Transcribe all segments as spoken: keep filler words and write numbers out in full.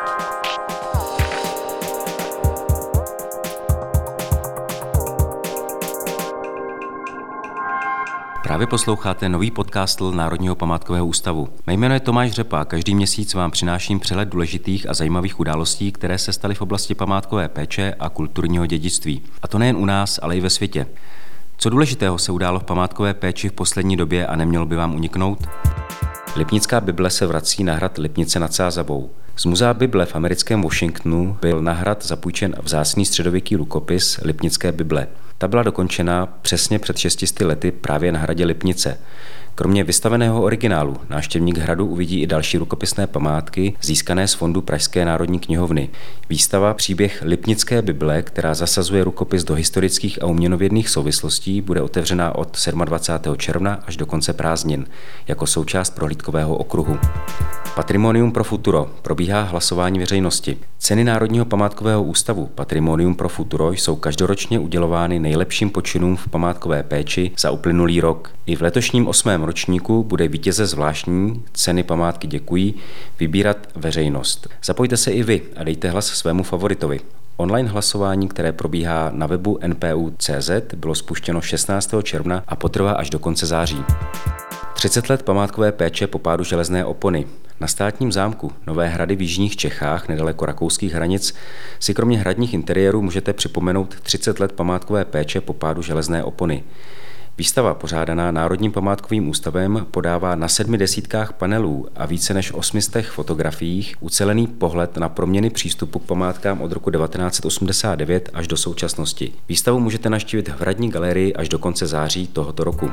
Právě posloucháte nový podcast Národního památkového ústavu. Mé jméno je Tomáš Řepa. Každý měsíc vám přináším přehled důležitých a zajímavých událostí, které se staly v oblasti památkové péče a kulturního dědictví. A to nejen u nás, ale i ve světě. Co důležitého se událo v památkové péči v poslední době a nemělo by vám uniknout? Lipnická Bible se vrací na hrad Lipnice nad Sázavou. Z muzea Bible v americkém Washingtonu byl na hrad zapůjčen vzácný středověký rukopis Lipnické Bible. Ta byla dokončena přesně před šesti sty lety právě na hradě Lipnice. Kromě vystaveného originálu návštěvník hradu uvidí i další rukopisné památky získané z fondu Pražské národní knihovny. Výstava Příběh Lipnické Bible, která zasazuje rukopis do historických a uměnovědných souvislostí, bude otevřena od dvacátého sedmého června až do konce prázdnin jako součást prohlídkového okruhu. Patrimonium pro futuro. Probíhá hlasování veřejnosti. Ceny Národního památkového ústavu Patrimonium pro futuro jsou každoročně udělovány nejlepším počinům v památkové péči za uplynulý rok. I v letošním osmém ročníku bude vítěze zvláštní Ceny památky děkují vybírat veřejnost. Zapojte se i vy a dejte hlas svému favoritovi. Online hlasování, které probíhá na webu N P U tečka cé zet, bylo spuštěno šestnáctého června a potrvá až do konce září. třicet let památkové péče po pádu železné opony. Na státním zámku Nové Hrady v jižních Čechách, nedaleko rakouských hranic, si kromě hradních interiérů můžete připomenout třicet let památkové péče po pádu železné opony. Výstava pořádaná Národním památkovým ústavem podává na sedmi desítkách panelů a více než osmistech fotografiích ucelený pohled na proměny přístupu k památkám od roku devatenáct set osmdesát devět až do současnosti. Výstavu můžete navštívit v hradní galerii až do konce září tohoto roku.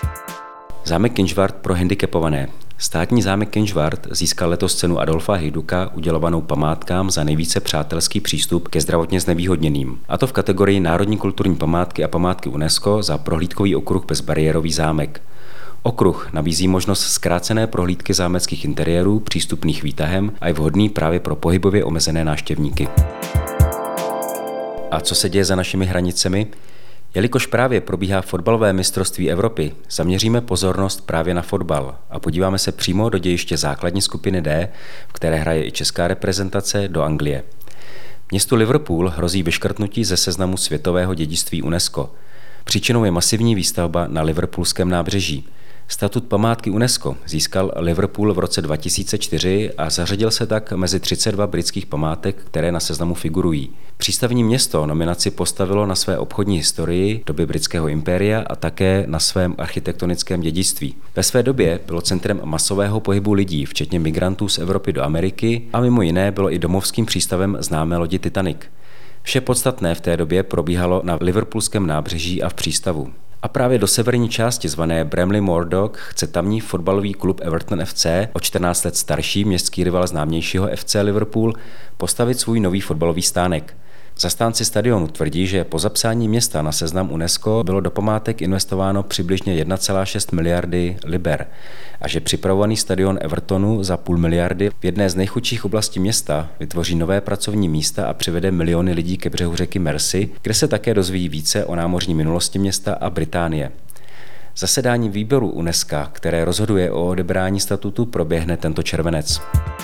Zámek Kynžvart pro handicapované. Státní zámek Kynžvart získal letos cenu Adolfa Hejduka udělovanou památkám za nejvíce přátelský přístup ke zdravotně znevýhodněným. A to v kategorii Národní kulturní památky a památky UNESCO za prohlídkový okruh bezbariérový zámek. Okruh nabízí možnost zkrácené prohlídky zámeckých interiérů přístupných výtahem a je vhodný právě pro pohybově omezené návštěvníky. A co se děje za našimi hranicemi? Jelikož právě probíhá fotbalové mistrovství Evropy, zaměříme pozornost právě na fotbal a podíváme se přímo do dějiště základní skupiny D, v které hraje i česká reprezentace, do Anglie. Městu Liverpool hrozí vyškrtnutí ze seznamu světového dědictví UNESCO. Příčinou je masivní výstavba na Liverpoolském nábřeží. Statut památky UNESCO získal Liverpool v roce dva tisíce čtyři a zařadil se tak mezi třicet dva britských památek, které na seznamu figurují. Přístavní město nominaci postavilo na své obchodní historii doby britského impéria a také na svém architektonickém dědictví. Ve své době bylo centrem masového pohybu lidí, včetně migrantů z Evropy do Ameriky, a mimo jiné bylo i domovským přístavem známé lodi Titanic. Vše podstatné v té době probíhalo na Liverpoolském nábřeží a v přístavu. A právě do severní části zvané Bramley Moor Dock chce tamní fotbalový klub Everton F C, o čtrnáct let starší městský rival známějšího F C Liverpool, postavit svůj nový fotbalový stánek. Zastánci stadionu tvrdí, že po zapsání města na seznam UNESCO bylo do památek investováno přibližně jedna celá šest miliardy liber a že připravovaný stadion Evertonu za půl miliardy v jedné z nejchudších oblastí města vytvoří nové pracovní místa a přivede miliony lidí ke břehu řeky Mersey, kde se také dozví více o námořní minulosti města a Británie. Zasedání výboru UNESCO, které rozhoduje o odebrání statutu, proběhne tento červenec.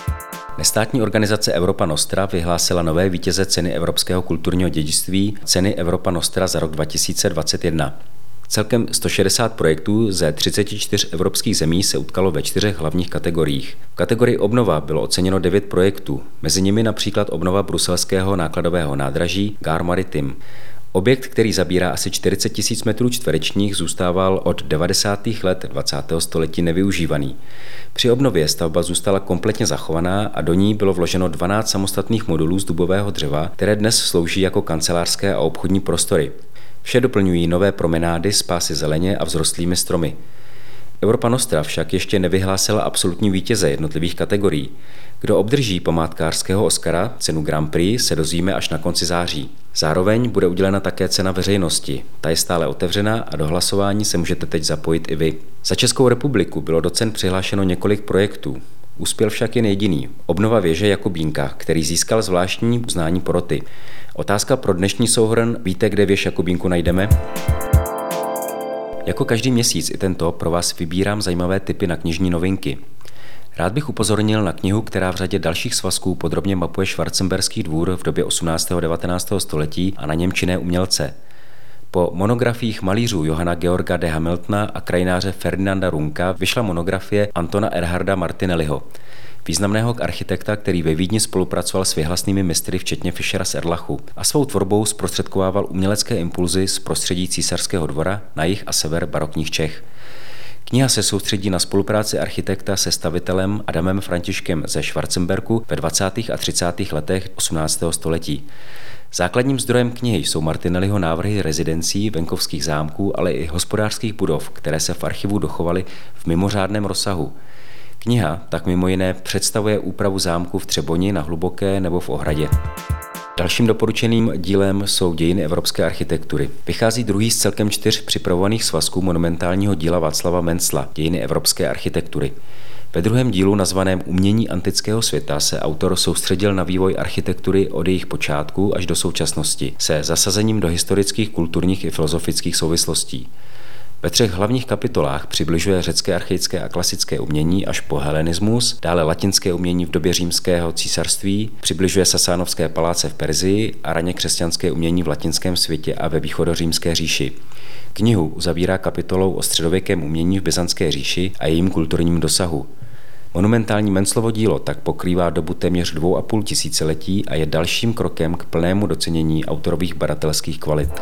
Nestátní organizace Europa Nostra vyhlásila nové vítěze ceny Evropského kulturního dědictví, ceny Europa Nostra za rok dva tisíce dvacet jedna. Celkem sto šedesát projektů ze třiceti čtyř evropských zemí se utkalo ve čtyřech hlavních kategoriích. V kategorii obnova bylo oceněno devět projektů, mezi nimi například obnova bruselského nákladového nádraží Gare Maritime. Objekt, který zabírá asi čtyřicet tisíc metrů čtverečních, zůstával od devadesátých let dvacátého století nevyužívaný. Při obnově stavba zůstala kompletně zachovaná a do ní bylo vloženo dvanáct samostatných modulů z dubového dřeva, které dnes slouží jako kancelářské a obchodní prostory. Vše doplňují nové promenády s pásy zeleně a vzrostlými stromy. Europa Nostra však ještě nevyhlásila absolutní vítěze jednotlivých kategorií. Kdo obdrží památkářského Oscara, cenu Grand Prix, se dozvíme až na konci září. Zároveň bude udělena také cena veřejnosti. Ta je stále otevřená a do hlasování se můžete teď zapojit i vy. Za Českou republiku bylo do cen přihlášeno několik projektů. Uspěl však jen jediný. Obnova věže Jakubínka, který získal zvláštní uznání poroty. Otázka pro dnešní souhrn: víte, kde věž Jakubínku najdeme? Jako každý měsíc i tento pro vás vybírám zajímavé tipy na knižní novinky. Rád bych upozornil na knihu, která v řadě dalších svazků podrobně mapuje Schwarzenberský dvůr v době osmnáctého a devatenáctého století a na něm činné umělce. Po monografiích malířů Johanna Georga de Hamiltona a krajináře Ferdinanda Runka vyšla monografie Antona Erharda Martinelliho, významného architekta, který ve Vídni spolupracoval s věhlasnými mistry včetně Fischera z Erlachu a svou tvorbou zprostředkovával umělecké impulzy z prostředí císařského dvora na jih a sever barokních Čech. Kniha se soustředí na spolupráci architekta se stavitelem Adamem Františkem ze Schwarzenbergu ve dvacátých a třicátých letech osmnáctého století. Základním zdrojem knihy jsou Martinelliho návrhy rezidencí, venkovských zámků, ale i hospodářských budov, které se v archivu dochovaly v mimořádném rozsahu. Kniha tak mimo jiné představuje úpravu zámku v Třeboni na Hluboké nebo v Ohradě. Dalším doporučeným dílem jsou Dějiny evropské architektury. Vychází druhý z celkem čtyř připravovaných svazků monumentálního díla Václava Mencla Dějiny evropské architektury. Ve druhém dílu nazvaném Umění antického světa se autor soustředil na vývoj architektury od jejich počátků až do současnosti, se zasazením do historických, kulturních i filozofických souvislostí. Ve třech hlavních kapitolách přibližuje řecké archaické a klasické umění až po helenismus, dále latinské umění v době římského císařství, přibližuje sasánovské paláce v Persii a raně křesťanské umění v latinském světě a ve východořímské říši. Knihu uzavírá kapitolou o středověkém umění v Byzantské říši a jejím kulturním dosahu. Monumentální Menclovo dílo tak pokrývá dobu téměř dvou a půl tisíciletí a je dalším krokem k plnému docenění autorových badatelských kvalit.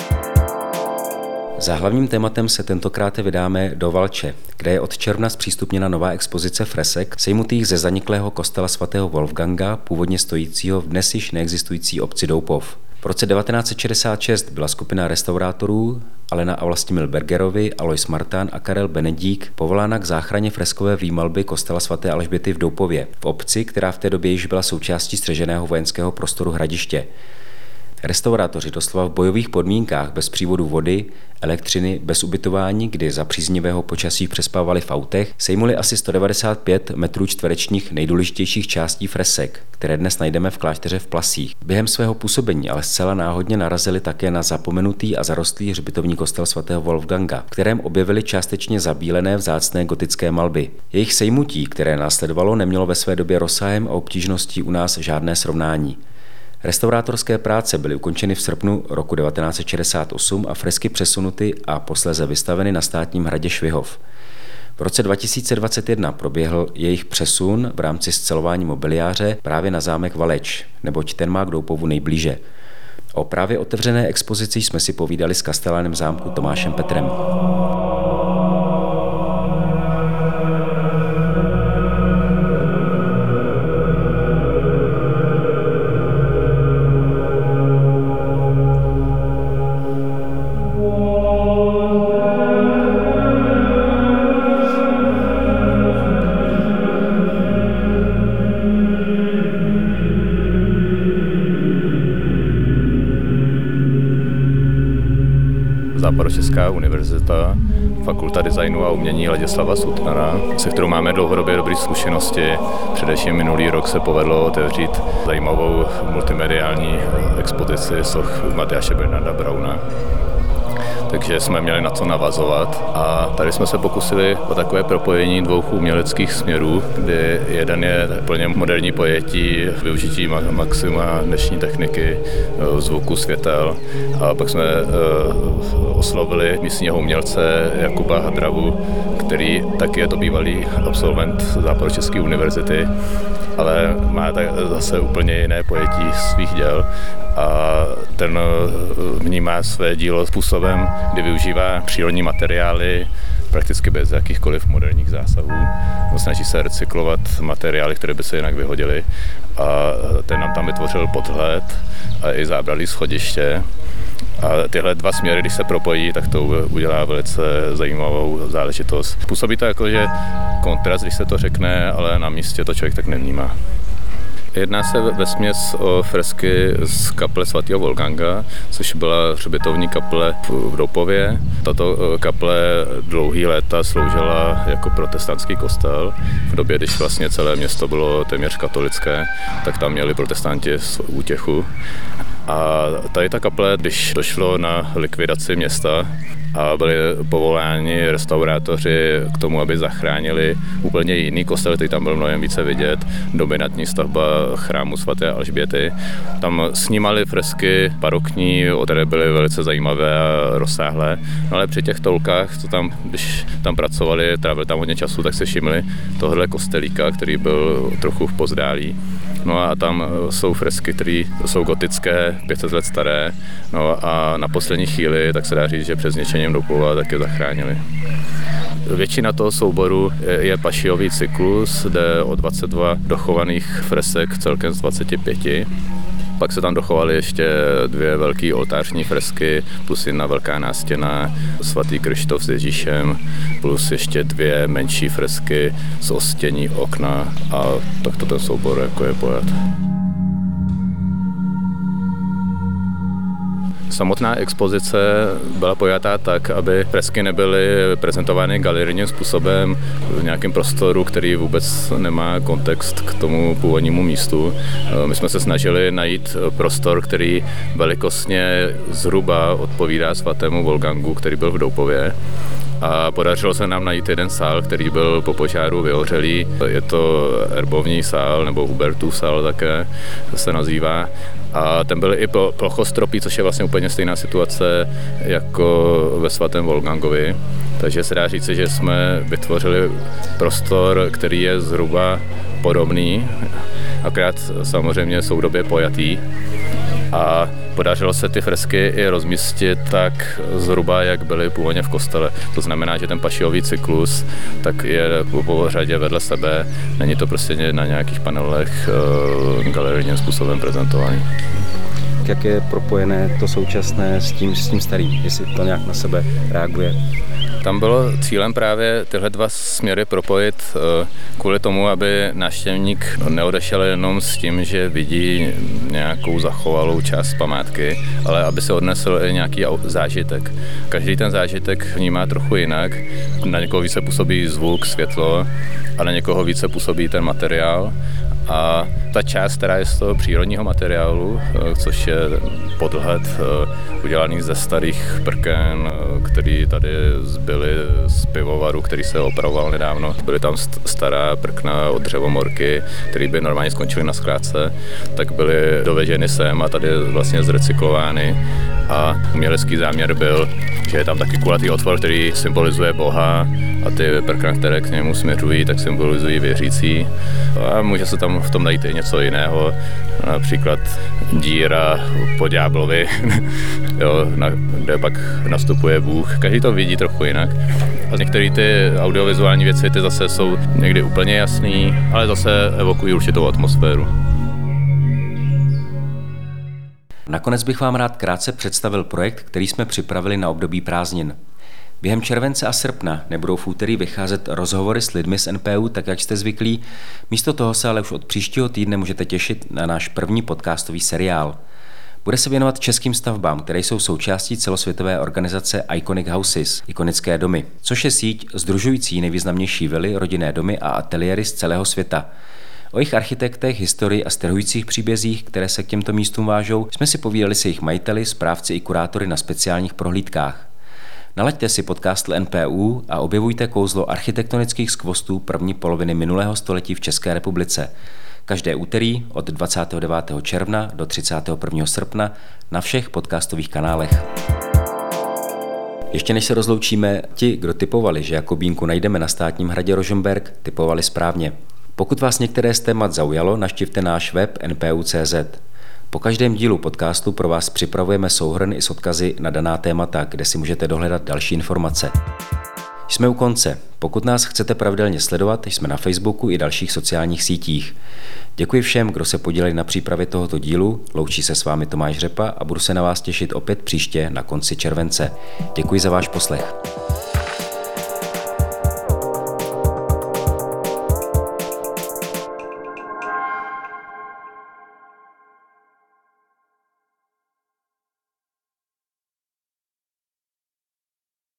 Za hlavním tématem se tentokrát vydáme do Valče, kde je od června zpřístupněna nová expozice fresek sejmutých ze zaniklého kostela svatého Wolfganga, původně stojícího v dnes již neexistující obci Doupov. V roce devatenáct set šedesát šest byla skupina restaurátorů Alena a Vlastimil Bergerovi, Alois Martán a Karel Benedík povolána k záchraně freskové výmalby kostela svaté Alžběty v Doupově, v obci, která v té době již byla součástí střeženého vojenského prostoru Hradiště. Restaurátoři doslova v bojových podmínkách bez přívodu vody, elektřiny, bez ubytování, kdy za příznivého počasí přespávali v autech, sejmuli asi sto devadesát pět metrů čtverečních nejdůležitějších částí fresek, které dnes najdeme v klášteře v Plasích. Během svého působení ale zcela náhodně narazili také na zapomenutý a zarostlý hřbitovní kostel svatého Wolfganga, v kterém objevili částečně zabílené vzácné gotické malby. Jejich sejmutí, které následovalo, nemělo ve své době rozsahem a obtížností u nás žádné srovnání. Restaurátorské práce byly ukončeny v srpnu roku devatenáct set šedesát osm a fresky přesunuty a posléze vystaveny na státním hradě Švihov. V roce dva tisíce dvacet jedna proběhl jejich přesun v rámci scelování mobiliáře právě na zámek Valeč, neboť ten má k Doupovu nejblíže. O právě otevřené expozici jsme si povídali s kastelánem zámku Tomášem Petrem. Západočeská univerzita, Fakulta designu a umění Ladislava Sutnara, se kterou máme dlouhodobě dobré zkušenosti. Především minulý rok se povedlo otevřít zajímavou multimediální expozici soch Matyáše Bernarda Brauna. Takže jsme měli na co navazovat a tady jsme se pokusili o takové propojení dvou uměleckých směrů, kdy jeden je plně moderní pojetí, využití maxima dnešní techniky, zvuku, světel, a pak jsme oslovili místního umělce Jakuba Hadravu, který taky je to bývalý absolvent Západočeské univerzity, ale má tak zase úplně jiné pojetí svých děl a ten vnímá své dílo způsobem, kdy využívá přírodní materiály prakticky bez jakýchkoliv moderních zásahů. Snaží se recyklovat materiály, které by se jinak vyhodily, a ten nám tam vytvořil podhled a i zábradlí schodiště. A tyhle dva směry, když se propojí, tak to udělá velice zajímavou záležitost. Působí to jako, že kontrast, když se to řekne, ale na místě to člověk tak nevnímá. Jedná se vesměs o fresky z kaple svatého Wolfganga, což byla hřbitovní kaple v Doupově. Tato kaple dlouhý léta sloužila jako protestantský kostel. V době, když vlastně celé město bylo téměř katolické, tak tam měli protestanti útěchu. A tady ta kaple, když došlo na likvidaci města a byli povoláni restaurátoři k tomu, aby zachránili úplně jiný kostel, který tam byl mnohem více vidět, dominantní stavba chrámu svaté Alžběty. Tam snímali fresky barokní, které byly velice zajímavé a rozsáhlé, no ale při těch tolkách, co tam, když tam pracovali, trávili tam hodně času, tak se všimli tohle kostelíka, který byl trochu v pozdálí. No a tam jsou fresky, které jsou gotické, pět set let staré, no a na poslední chvíli, tak se dá říct, že přes zničením doplova taky zachránili. Většina toho souboru je pašijový cyklus, jde o dvacet dva dochovaných fresek celkem z dvaceti pěti. Pak se tam dochovaly ještě dvě velké oltářní fresky, plus jedna velká nástěna, svatý Kryštof s Ježíšem, plus ještě dvě menší fresky z ostění okna a takto ten soubor jako je pojat. Samotná expozice byla pojatá tak, aby fresky nebyly prezentovány galerijním způsobem v nějakém prostoru, který vůbec nemá kontext k tomu původnímu místu. My jsme se snažili najít prostor, který velikostně zhruba odpovídá svatému Wolfgangu, který byl v Doupově. A podařilo se nám najít jeden sál, který byl po požáru vyhořelý. Je to erbovní sál, nebo Hubertův sál také se nazývá. A ten byl i plochostropý, což je vlastně úplně stejná situace jako ve svatém Wolfgangovi. Takže se dá říci, že jsme vytvořili prostor, který je zhruba podobný, akorát samozřejmě soudobě pojatý. A podařilo se ty fresky i rozmístit tak zhruba, jak byly původně v kostele. To znamená, že ten pašijový cyklus tak je po řadě vedle sebe. Není to prostě na nějakých panelech e, galerijním způsobem prezentovaný. Jak je propojené to současné s tím, s tím starým, jestli to nějak na sebe reaguje? Tam bylo cílem právě tyhle dva směry propojit kvůli tomu, aby návštěvník neodešel jenom s tím, že vidí nějakou zachovalou část památky, ale aby se odnesl i nějaký zážitek. Každý ten zážitek vnímá trochu jinak. Na někoho více působí zvuk, světlo a na někoho více působí ten materiál. A ta část, která je z toho přírodního materiálu, což je podhled udělaný ze starých prken, který tady zbyly z pivovaru, který se opravoval nedávno. Byly tam stará prkna od dřevomorky, které by normálně skončily na skládce, tak byly doveženy sem a tady vlastně zrecyklovány. A umělecký záměr byl, že je tam taky kulatý otvor, který symbolizuje Boha a ty prkna, které k němu směřují, tak symbolizují věřící. A může se tam v tom najít i něco jiného, například díra po ďáblovi, jo, na, kde pak nastupuje Bůh. Každý to vidí trochu jinak. A některé ty audiovizuální věci ty zase jsou někdy úplně jasný, ale zase evokují určitou atmosféru. Nakonec bych vám rád krátce představil projekt, který jsme připravili na období prázdnin. Během července a srpna nebudou v úterý vycházet rozhovory s lidmi z N P U, tak jak jste zvyklí. Místo toho se ale už od příštího týdne můžete těšit na náš první podcastový seriál. Bude se věnovat českým stavbám, které jsou součástí celosvětové organizace Iconic Houses, ikonické domy, což je síť sdružující nejvýznamnější vily, rodinné domy a ateliéry z celého světa. O jejich architektech, historii a strhujících příbězích, které se k těmto místům vážou, jsme si povídali s jejich majiteli, správci i kurátory na speciálních prohlídkách. Nalaďte si podcast N P U a objevujte kouzlo architektonických skvostů první poloviny minulého století v České republice. Každé úterý od dvacátého devátého června do třicátého prvního srpna na všech podcastových kanálech. Ještě než se rozloučíme, ti, kdo tipovali, že Jakobínku najdeme na Státním hradě Rožmberk, tipovali správně. Pokud vás některé z témat zaujalo, navštivte náš web n p u tečka c z. Po každém dílu podcastu pro vás připravujeme souhrn i s odkazy na daná témata, kde si můžete dohledat další informace. Jsme u konce. Pokud nás chcete pravidelně sledovat, jsme na Facebooku i dalších sociálních sítích. Děkuji všem, kdo se podíleli na přípravě tohoto dílu. Loučí se s vámi Tomáš Řepa a budu se na vás těšit opět příště na konci července. Děkuji za váš poslech.